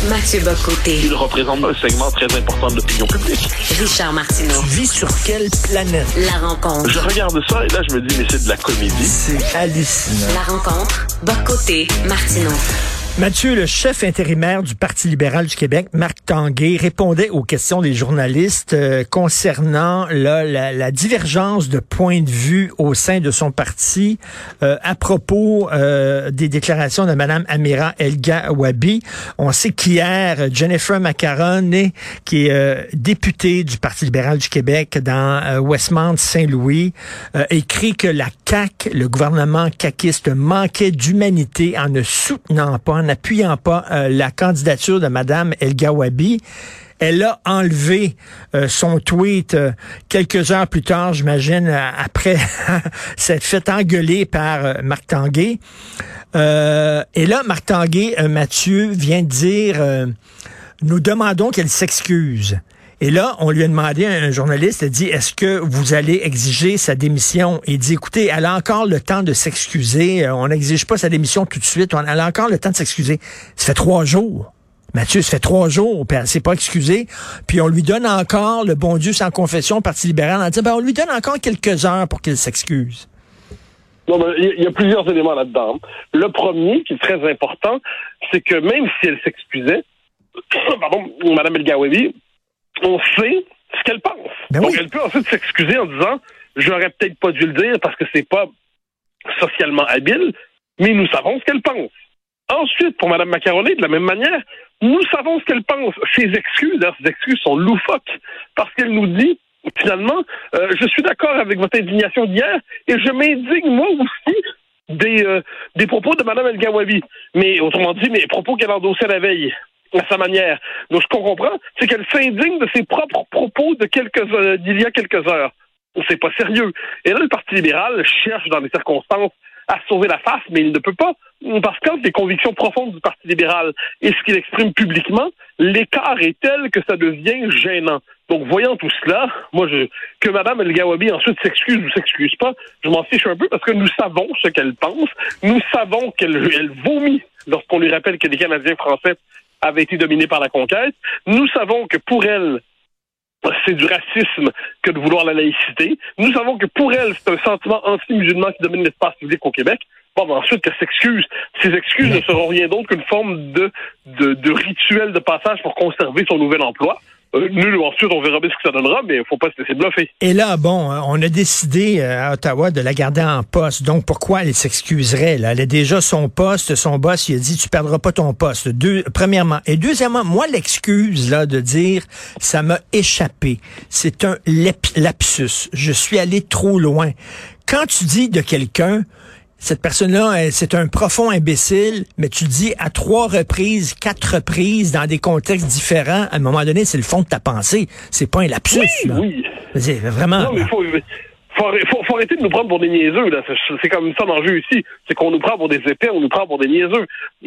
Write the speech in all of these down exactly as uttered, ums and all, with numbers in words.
Mathieu Bock-Côté. Il représente un segment très important de l'opinion publique. Richard Martineau. Tu vis sur quelle planète? La rencontre. Je regarde ça et là, je me dis, mais c'est de la comédie. C'est hallucinant. La rencontre. Bock-Côté, Martineau. Mathieu, le chef intérimaire du Parti libéral du Québec, Marc Tanguay, répondait aux questions des journalistes euh, concernant là, la, la divergence de points de vue au sein de son parti euh, à propos euh, des déclarations de Mme Amira El-Gawabi. On sait qu'hier, Jennifer Macaroni, qui est euh, députée du Parti libéral du Québec dans euh, Westmount-Saint-Louis, euh, écrit que la C A Q, le gouvernement caquiste, manquait d'humanité en ne soutenant pas, en n'appuyant pas euh, la candidature de Mme El-Gawabi. Elle a enlevé euh, son tweet euh, quelques heures plus tard, j'imagine, euh, après s'être fait engueuler par euh, Marc Tanguay. Euh, et là, Marc Tanguay, euh, Mathieu, vient de dire euh, « Nous demandons qu'elle s'excuse ». Et là, on lui a demandé, un journaliste a dit, est-ce que vous allez exiger sa démission? Il dit, écoutez, elle a encore le temps de s'excuser. On n'exige pas sa démission tout de suite. Elle a encore le temps de s'excuser. Ça fait trois jours. Mathieu, ça fait trois jours, puis elle s'est pas excusée. Puis on lui donne encore, le bon Dieu sans confession, au Parti libéral, en disant, ben, on lui donne encore quelques heures pour qu'elle s'excuse. Non, ben, il y a plusieurs éléments là-dedans. Le premier, qui est très important, c'est que même si elle s'excusait, pardon, Mme El-Gawabi, on sait ce qu'elle pense. Ben Donc, oui. elle peut ensuite s'excuser en disant « J'aurais peut-être pas dû le dire parce que c'est pas socialement habile, mais nous savons ce qu'elle pense. » Ensuite, pour Mme Macaroni, de la même manière, nous savons ce qu'elle pense. Ses excuses, d'ailleurs, ses excuses sont loufoques parce qu'elle nous dit, finalement, euh, je suis d'accord avec votre indignation d'hier et je m'indigne moi aussi des, euh, des propos de Mme El-Gawabi. Mais autrement dit, mes propos qu'elle endossait la veille. À sa manière. Donc, ce qu'on comprend, c'est qu'elle s'indigne de ses propres propos de quelques euh, d'il y a quelques heures. C'est pas sérieux. Et là, le Parti libéral cherche dans des circonstances à sauver la face, mais il ne peut pas, parce que les convictions profondes du Parti libéral et ce qu'il exprime publiquement, l'écart est tel que ça devient gênant. Donc, voyant tout cela, moi, je, que Mme El-Gawabi ensuite s'excuse ou s'excuse pas, je m'en fiche un peu parce que nous savons ce qu'elle pense. Nous savons qu'elle elle vomit lorsqu'on lui rappelle que les Canadiens français avait été dominée par la conquête. Nous savons que pour elle, c'est du racisme que de vouloir la laïcité. Nous savons que pour elle, c'est un sentiment anti-musulman qui domine l'espace public au Québec. Bon, ben ensuite, qu'elle s'excuse. Ces excuses ne seront rien d'autre qu'une forme de, de, de rituel de passage pour conserver son nouvel emploi. Euh, nous, ensuite, on verra bien ce que ça donnera, mais il ne faut pas se laisser bluffer. Et là, bon, on a décidé euh, à Ottawa de la garder en poste. Donc, pourquoi elle s'excuserait? Là? Elle a déjà son poste. Son boss, il a dit, tu perdras pas ton poste. Deux, premièrement. Et deuxièmement, moi, l'excuse là de dire, ça m'a échappé. C'est un lep- lapsus. Je suis allé trop loin. Quand tu dis de quelqu'un, cette personne-là, c'est un profond imbécile, mais tu le dis à trois reprises, quatre reprises, dans des contextes différents. À un moment donné, c'est le fond de ta pensée. C'est pas un lapsus. Oui, là. oui. C'est vraiment. Non, mais il faut, faut, faut, faut arrêter de nous prendre pour des niaiseux. Là. C'est, c'est comme ça l'enjeu ici. C'est qu'on nous prend pour des épais, on nous prend pour des niaiseux.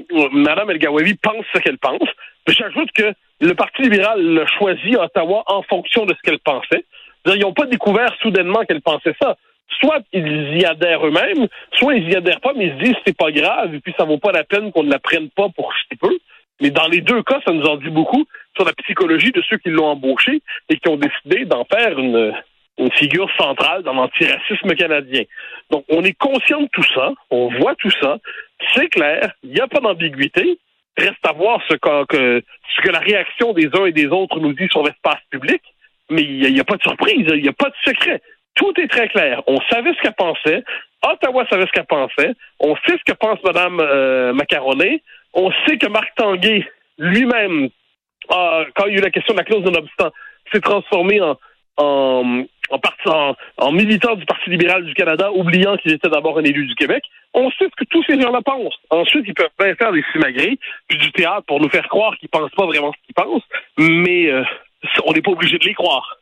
Mme El-Gawabi pense ce qu'elle pense. J'ajoute que le Parti libéral l'a choisi à Ottawa en fonction de ce qu'elle pensait. Ils n'ont pas découvert soudainement qu'elle pensait ça. Soit ils y adhèrent eux-mêmes, soit ils y adhèrent pas, mais ils se disent c'est pas grave, et puis ça vaut pas la peine qu'on ne la prenne pas pour si peu. Mais dans les deux cas, ça nous en dit beaucoup sur la psychologie de ceux qui l'ont embauché et qui ont décidé d'en faire une, une figure centrale dans l'antiracisme canadien. Donc, on est conscient de tout ça, on voit tout ça, c'est clair, il n'y a pas d'ambiguïté. Reste à voir ce que, que, ce que la réaction des uns et des autres nous dit sur l'espace public, mais il n'y a, a pas de surprise, il n'y a pas de secret. Tout est très clair. On savait ce qu'elle pensait. Ottawa savait ce qu'elle pensait. On sait ce que pense Mme euh, Macaroni. On sait que Marc Tanguay, lui-même, euh, quand il y a eu la question de la clause de non-obstant, s'est transformé en, en, en, parti, en, en militant du Parti libéral du Canada, oubliant qu'il était d'abord un élu du Québec. On sait ce que tous ces gens-là pensent. Ensuite, ils peuvent bien faire des simagrées, puis du théâtre pour nous faire croire qu'ils pensent pas vraiment ce qu'ils pensent, mais euh, on n'est pas obligé de les croire.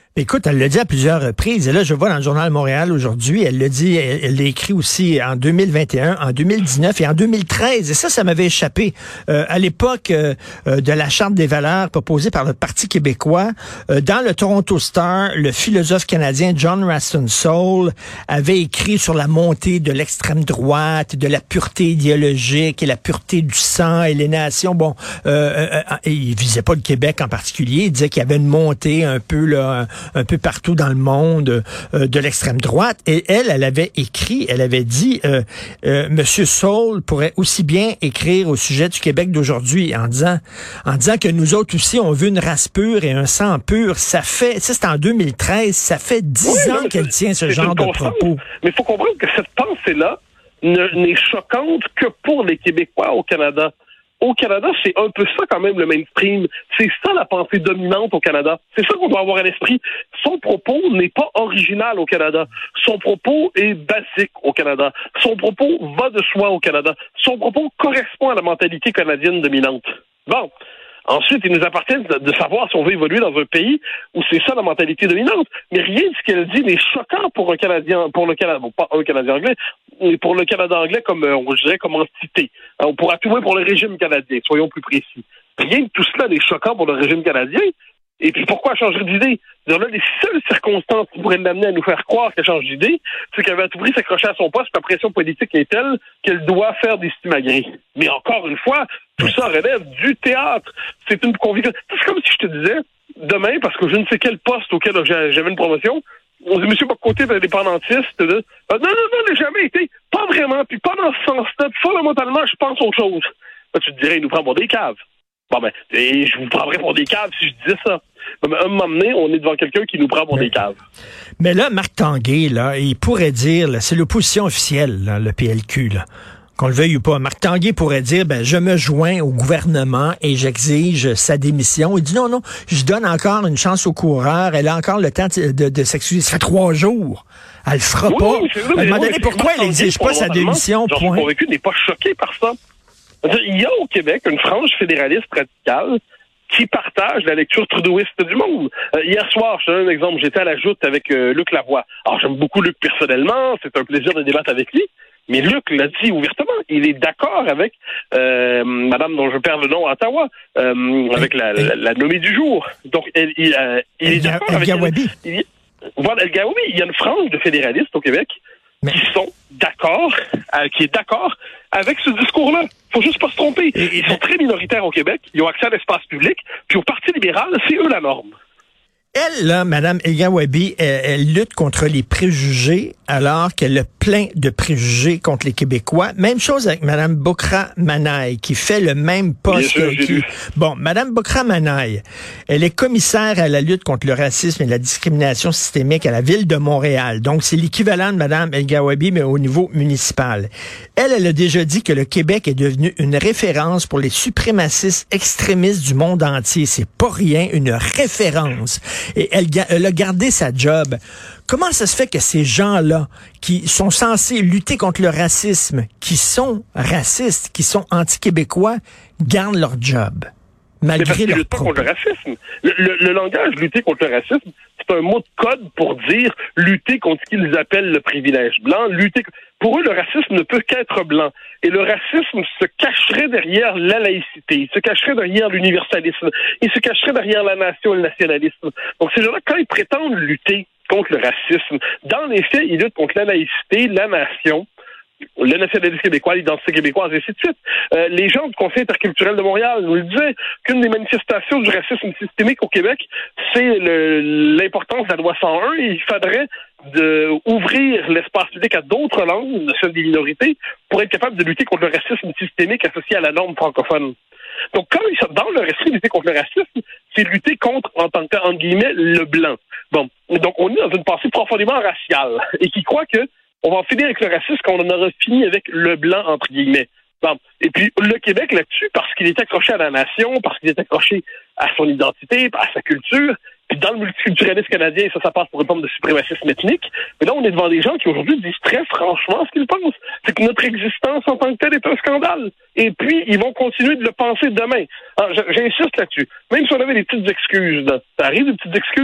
Écoute, elle l'a dit à plusieurs reprises. Et là, je vois dans le Journal de Montréal aujourd'hui, elle l'a dit, elle, elle l'a écrit aussi en deux mille vingt et un, en deux mille dix-neuf et en deux mille treize. Et ça, ça m'avait échappé. Euh, à l'époque euh, de la Charte des valeurs proposée par le Parti québécois, euh, dans le Toronto Star, le philosophe canadien John Raston Saul avait écrit sur la montée de l'extrême droite, de la pureté idéologique et la pureté du sang et les nations. Bon, euh, euh, et il visait pas le Québec en particulier. Il disait qu'il y avait une montée un peu là. Un, un peu partout dans le monde euh, de l'extrême droite. Et elle, elle avait écrit, elle avait dit, euh, euh, Monsieur Saul pourrait aussi bien écrire au sujet du Québec d'aujourd'hui en disant, en disant que nous autres aussi, on veut une race pure et un sang pur. Ça fait, ça c'est en deux mille treize, ça fait dix oui, ans qu'elle tient ce genre de propos. Mais il faut comprendre que cette pensée-là n'est choquante que pour les Québécois au Canada. Au Canada, c'est un peu ça quand même le mainstream. C'est ça la pensée dominante au Canada. C'est ça qu'on doit avoir à l'esprit. Son propos n'est pas original au Canada. Son propos est basique au Canada. Son propos va de soi au Canada. Son propos correspond à la mentalité canadienne dominante. Bon. Ensuite, il nous appartient de, de savoir si on veut évoluer dans un pays où c'est ça la mentalité dominante. Mais rien de ce qu'elle dit n'est choquant pour un Canadien, pour le Canada, bon, pas un Canadien anglais, mais pour le Canada anglais comme, euh, je dirais, comme entité. On pourra tout moins pour le régime canadien, soyons plus précis. Rien de tout cela n'est choquant pour le régime canadien. Et puis pourquoi changer d'idée? Là, les seules circonstances qui pourraient l'amener à nous faire croire qu'elle change d'idée, c'est qu'elle va à tout prix s'accrocher à son poste, la pression politique est telle qu'elle doit faire des stimagrées. Mais encore une fois, tout ça relève du théâtre. C'est une conviction. C'est comme si je te disais, demain, parce que je ne sais quel poste auquel j'avais une promotion, on dit, Monsieur Bocoté est indépendantiste. Là. Euh, non, non, non, il n'a jamais été. Pas vraiment. Puis pas dans ce sens-là. Puis fondamentalement, je pense autre chose. Là, tu te dirais, il nous prend pour des caves. Bon, ben, et je vous prendrais pour des caves si je disais ça. Mais à un moment donné, on est devant quelqu'un qui nous prend pour mais, des caves. Mais là, Marc Tanguay, là, il pourrait dire, là, c'est l'opposition officielle, là, le P L Q, là. Qu'on le veuille ou pas. Marc Tanguay pourrait dire, ben, je me joins au gouvernement et j'exige sa démission. Il dit non, non, je donne encore une chance au coureur. Elle a encore le temps de, de, de s'excuser. Ça fait trois jours. Elle le fera oui, pas. Oui, vrai, à un moment donné, pourquoi elle n'exige pas sa démission? J'en suis convaincu, n'est pas choqué par ça. Il y a au Québec une frange fédéraliste radicale qui partage la lecture trudeauiste du monde. Euh, hier soir, je te donne un exemple, j'étais à la joute avec euh, Luc Lavoie. Alors, j'aime beaucoup Luc personnellement, c'est un plaisir de débattre avec lui, mais Luc l'a dit ouvertement, il est d'accord avec euh, madame dont je perds le nom à Ottawa, euh, avec la, la, la nommée du jour. Donc, elle, il, euh, il est d'accord avec... El-Gawabi. Il, voilà, El-Gawabi, il y a une frange de fédéralistes au Québec mais... qui sont d'accord, euh, qui est d'accord avec ce discours-là. Faut juste pas se tromper. Ils sont très minoritaires au Québec, ils ont accès à l'espace public, puis au Parti libéral, c'est eux la norme. Elle, là, Mme El-Gawabi, elle, elle lutte contre les préjugés alors qu'elle a plein de préjugés contre les Québécois. Même chose avec Mme Bokra Manaï, qui fait le même poste. Bien sûr, qui... Bon, Mme Bokra Manaï, elle est commissaire à la lutte contre le racisme et la discrimination systémique à la Ville de Montréal. Donc, c'est l'équivalent de Mme El-Gawabi, mais au niveau municipal. Elle, elle a déjà dit que le Québec est devenu une référence pour les suprémacistes extrémistes du monde entier. C'est pas rien, une référence. Et elle, elle a gardé sa job. Comment ça se fait que ces gens-là, qui sont censés lutter contre le racisme, qui sont racistes, qui sont anti-québécois, gardent leur job, malgré leur propos? Mais parce qu'ils luttent pas contre le racisme. Le, le, le langage lutter contre le racisme, c'est un mot de code pour dire lutter contre ce qu'ils appellent le privilège blanc. Lutter. Pour eux, le racisme ne peut qu'être blanc. Et le racisme se cacherait derrière la laïcité, il se cacherait derrière l'universalisme, il se cacherait derrière la nation et le nationalisme. Donc ces gens-là, quand ils prétendent lutter contre le racisme, dans les faits, ils luttent contre la laïcité, la nation, le nationalisme québécois, l'identité québécoise, et ainsi de suite. Euh, les gens du Conseil interculturel de Montréal nous le disaient qu'une des manifestations du racisme systémique au Québec, c'est le, l'importance de la loi cent un, et il faudrait de ouvrir l'espace public à d'autres langues, celles des minorités, pour être capable de lutter contre le racisme systémique associé à la norme francophone. Donc, quand ils sont dans leur esprit, lutter contre le racisme, c'est lutter contre, en tant que, entre guillemets, le blanc. Bon. Donc, on est dans une pensée profondément raciale, et qui croit que on va en finir avec le racisme quand on en aura fini avec le blanc, entre guillemets. Bon. Et puis, le Québec, là-dessus, parce qu'il est accroché à la nation, parce qu'il est accroché à son identité, à sa culture, puis dans le multiculturalisme canadien, ça, ça passe pour une forme de suprémacisme ethnique. Mais là, on est devant des gens qui, aujourd'hui, disent très franchement ce qu'ils pensent. C'est que notre existence en tant que telle est un scandale. Et puis, ils vont continuer de le penser demain. Alors, j'insiste là-dessus. Même si on avait des petites excuses, là, ça arrive des petites excuses,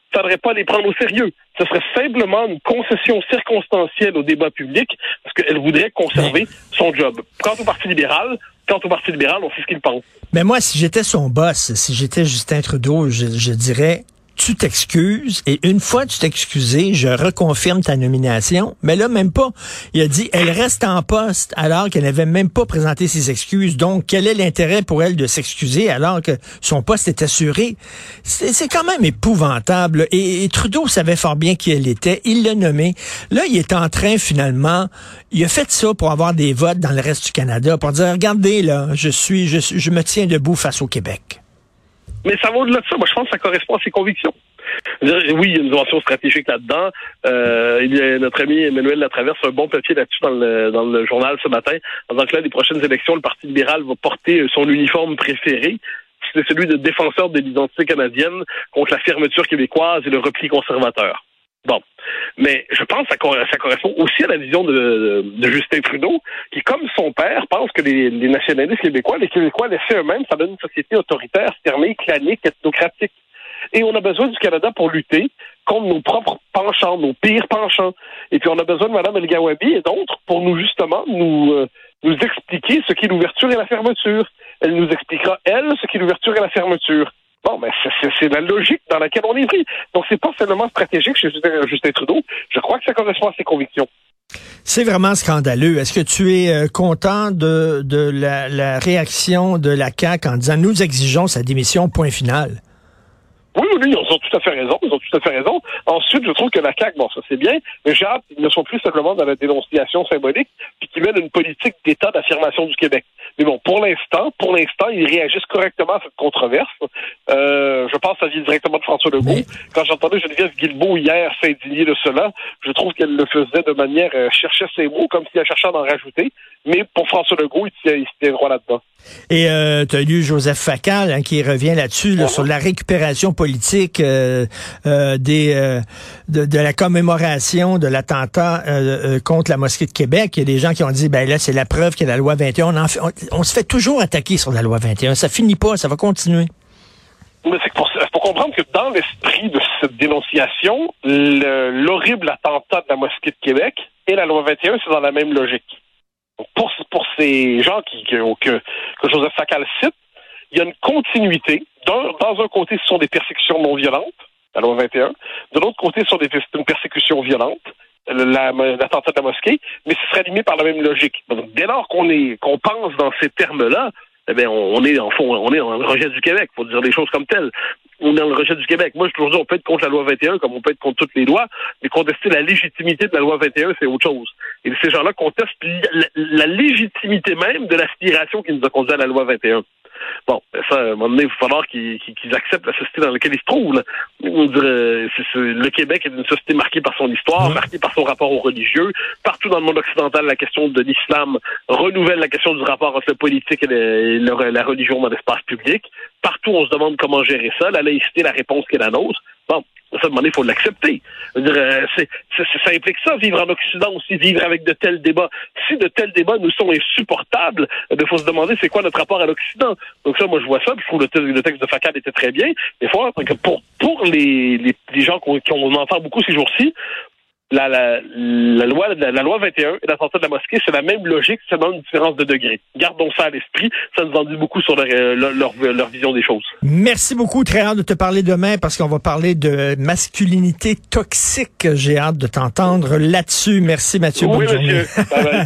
il ne faudrait pas les prendre au sérieux. Ce serait simplement une concession circonstancielle au débat public parce qu'elle voudrait conserver son job. Quant au Parti libéral, quant au Parti libéral, on sait ce qu'il pense. Mais moi, si j'étais son boss, si j'étais Justin Trudeau, je, je dirais... Tu t'excuses et une fois tu t'es excusé, je reconfirme ta nomination. Mais là, même pas. Il a dit, elle reste en poste alors qu'elle n'avait même pas présenté ses excuses. Donc, quel est l'intérêt pour elle de s'excuser alors que son poste est assuré? C'est, c'est quand même épouvantable. Et, et Trudeau savait fort bien qui elle était. Il l'a nommé. Là, il est en train, finalement, il a fait ça pour avoir des votes dans le reste du Canada, pour dire, regardez, là, je suis, je, je me tiens debout face au Québec. Mais ça va au-delà de ça. Moi, je pense que ça correspond à ses convictions. Oui, il y a une dimension stratégique là-dedans. Euh, il y a notre ami Emmanuel Latraverse un bon papier là-dessus dans le, dans le journal ce matin, en disant que là, les prochaines élections, le Parti libéral va porter son uniforme préféré. C'est celui de défenseur de l'identité canadienne contre la fermeture québécoise et le repli conservateur. Bon. Mais je pense que ça, ça correspond aussi à la vision de, de, de Justin Trudeau, qui, comme son père, pense que les, les nationalistes québécois, les Québécois laissés eux-mêmes, ça donne une société autoritaire, fermée, clanique, ethnocratique. Et on a besoin du Canada pour lutter contre nos propres penchants, nos pires penchants. Et puis on a besoin de Mme El-Gawabi et d'autres pour nous, justement, nous, euh, nous expliquer ce qu'est l'ouverture et la fermeture. Elle nous expliquera, elle, ce qu'est l'ouverture et la fermeture. Bon, ben c'est, c'est, c'est la logique dans laquelle on est pris. Donc, c'est pas seulement stratégique chez Justin Trudeau. Je crois que ça correspond à ses convictions. C'est vraiment scandaleux. Est-ce que tu es euh, content de, de la, la réaction de la C A Q en disant « Nous exigeons sa démission, point final ». Oui, oui, ils ont tout à fait raison. Ils ont tout à fait raison. Ensuite, je trouve que la C A Q, bon, ça c'est bien, mais j'ai hâte qu'ils ne soient plus simplement dans la dénonciation symbolique, puis qu'ils mènent une politique d'État d'affirmation du Québec. Mais bon, pour l'instant, pour l'instant, ils réagissent correctement à cette controverse. Euh, je pense que ça vient directement de François Legault. Mais... Quand j'entendais Geneviève Guilbeault hier s'indigner de cela, je trouve qu'elle le faisait de manière, euh, cherchait ses mots comme si elle cherchait à en rajouter. Mais pour François Legault, il se tient droit là-dedans. Et euh, tu as lu Joseph Facal hein, qui revient là-dessus, là, mmh. sur la récupération politique euh, euh, des euh, de, de la commémoration de l'attentat euh, euh, contre la mosquée de Québec. Il y a des gens qui ont dit, ben là, c'est la preuve que la loi vingt et un, on, en fait, on, on se fait toujours attaquer sur la loi vingt et un. Ça finit pas, ça va continuer. Mais c'est pour, pour comprendre que dans l'esprit de cette dénonciation, le, l'horrible attentat de la mosquée de Québec et la loi vingt et un, c'est dans la même logique. Pour, pour ces gens qui, que, que, que Joseph Facal cite, il y a une continuité. D'un, dans un côté, ce sont des persécutions non violentes, la loi vingt et un. De l'autre côté, ce sont des, une persécution violente, la, l'attentat de la mosquée, mais ce serait animé par la même logique. Donc, dès lors qu'on est, qu'on pense dans ces termes-là, eh bien, on, on est en fond, on est dans le rejet du Québec, faut dire les choses comme telles. On est dans le rejet du Québec. Moi, je toujours dis, on peut être contre la loi vingt et un comme on peut être contre toutes les lois, mais contester la légitimité de la loi vingt et un, c'est autre chose. Et ces gens-là contestent la, la légitimité même de l'aspiration qui nous a conduit à la loi vingt et un. Bon, ça, à un moment donné, il va falloir qu'ils, qu'ils acceptent la société dans laquelle ils se trouvent. Là. On dirait, c'est, c'est, le Québec est une société marquée par son histoire, mmh. marquée par son rapport aux religieux. Partout dans le monde occidental, la question de l'islam renouvelle la question du rapport entre le politique et, le, et le, la religion dans l'espace public. Partout, on se demande comment gérer ça. La laïcité, la réponse qui est la nôtre. Bon, ça, à un moment donné, il faut l'accepter. Je veux dire, euh, c'est, c'est, ça implique ça, vivre en Occident aussi, vivre avec de tels débats. Si de tels débats nous sont insupportables, il faut se demander c'est quoi notre rapport à l'Occident. Donc ça, moi, je vois ça, puis je trouve le, le texte de Facal était très bien. Des fois, pour, pour les, les, les gens qu'on, qu'on entend beaucoup ces jours-ci, La, la, la, loi, la, la loi vingt et un et l'attentat de la mosquée, c'est la même logique, c'est seulement une différence de degré. Gardons ça à l'esprit, ça nous en dit beaucoup sur leur, leur, leur, leur vision des choses. Merci beaucoup, très hâte de te parler demain parce qu'on va parler de masculinité toxique. J'ai hâte de t'entendre là-dessus. Merci Mathieu, oui, bonne monsieur. journée. Bye bye.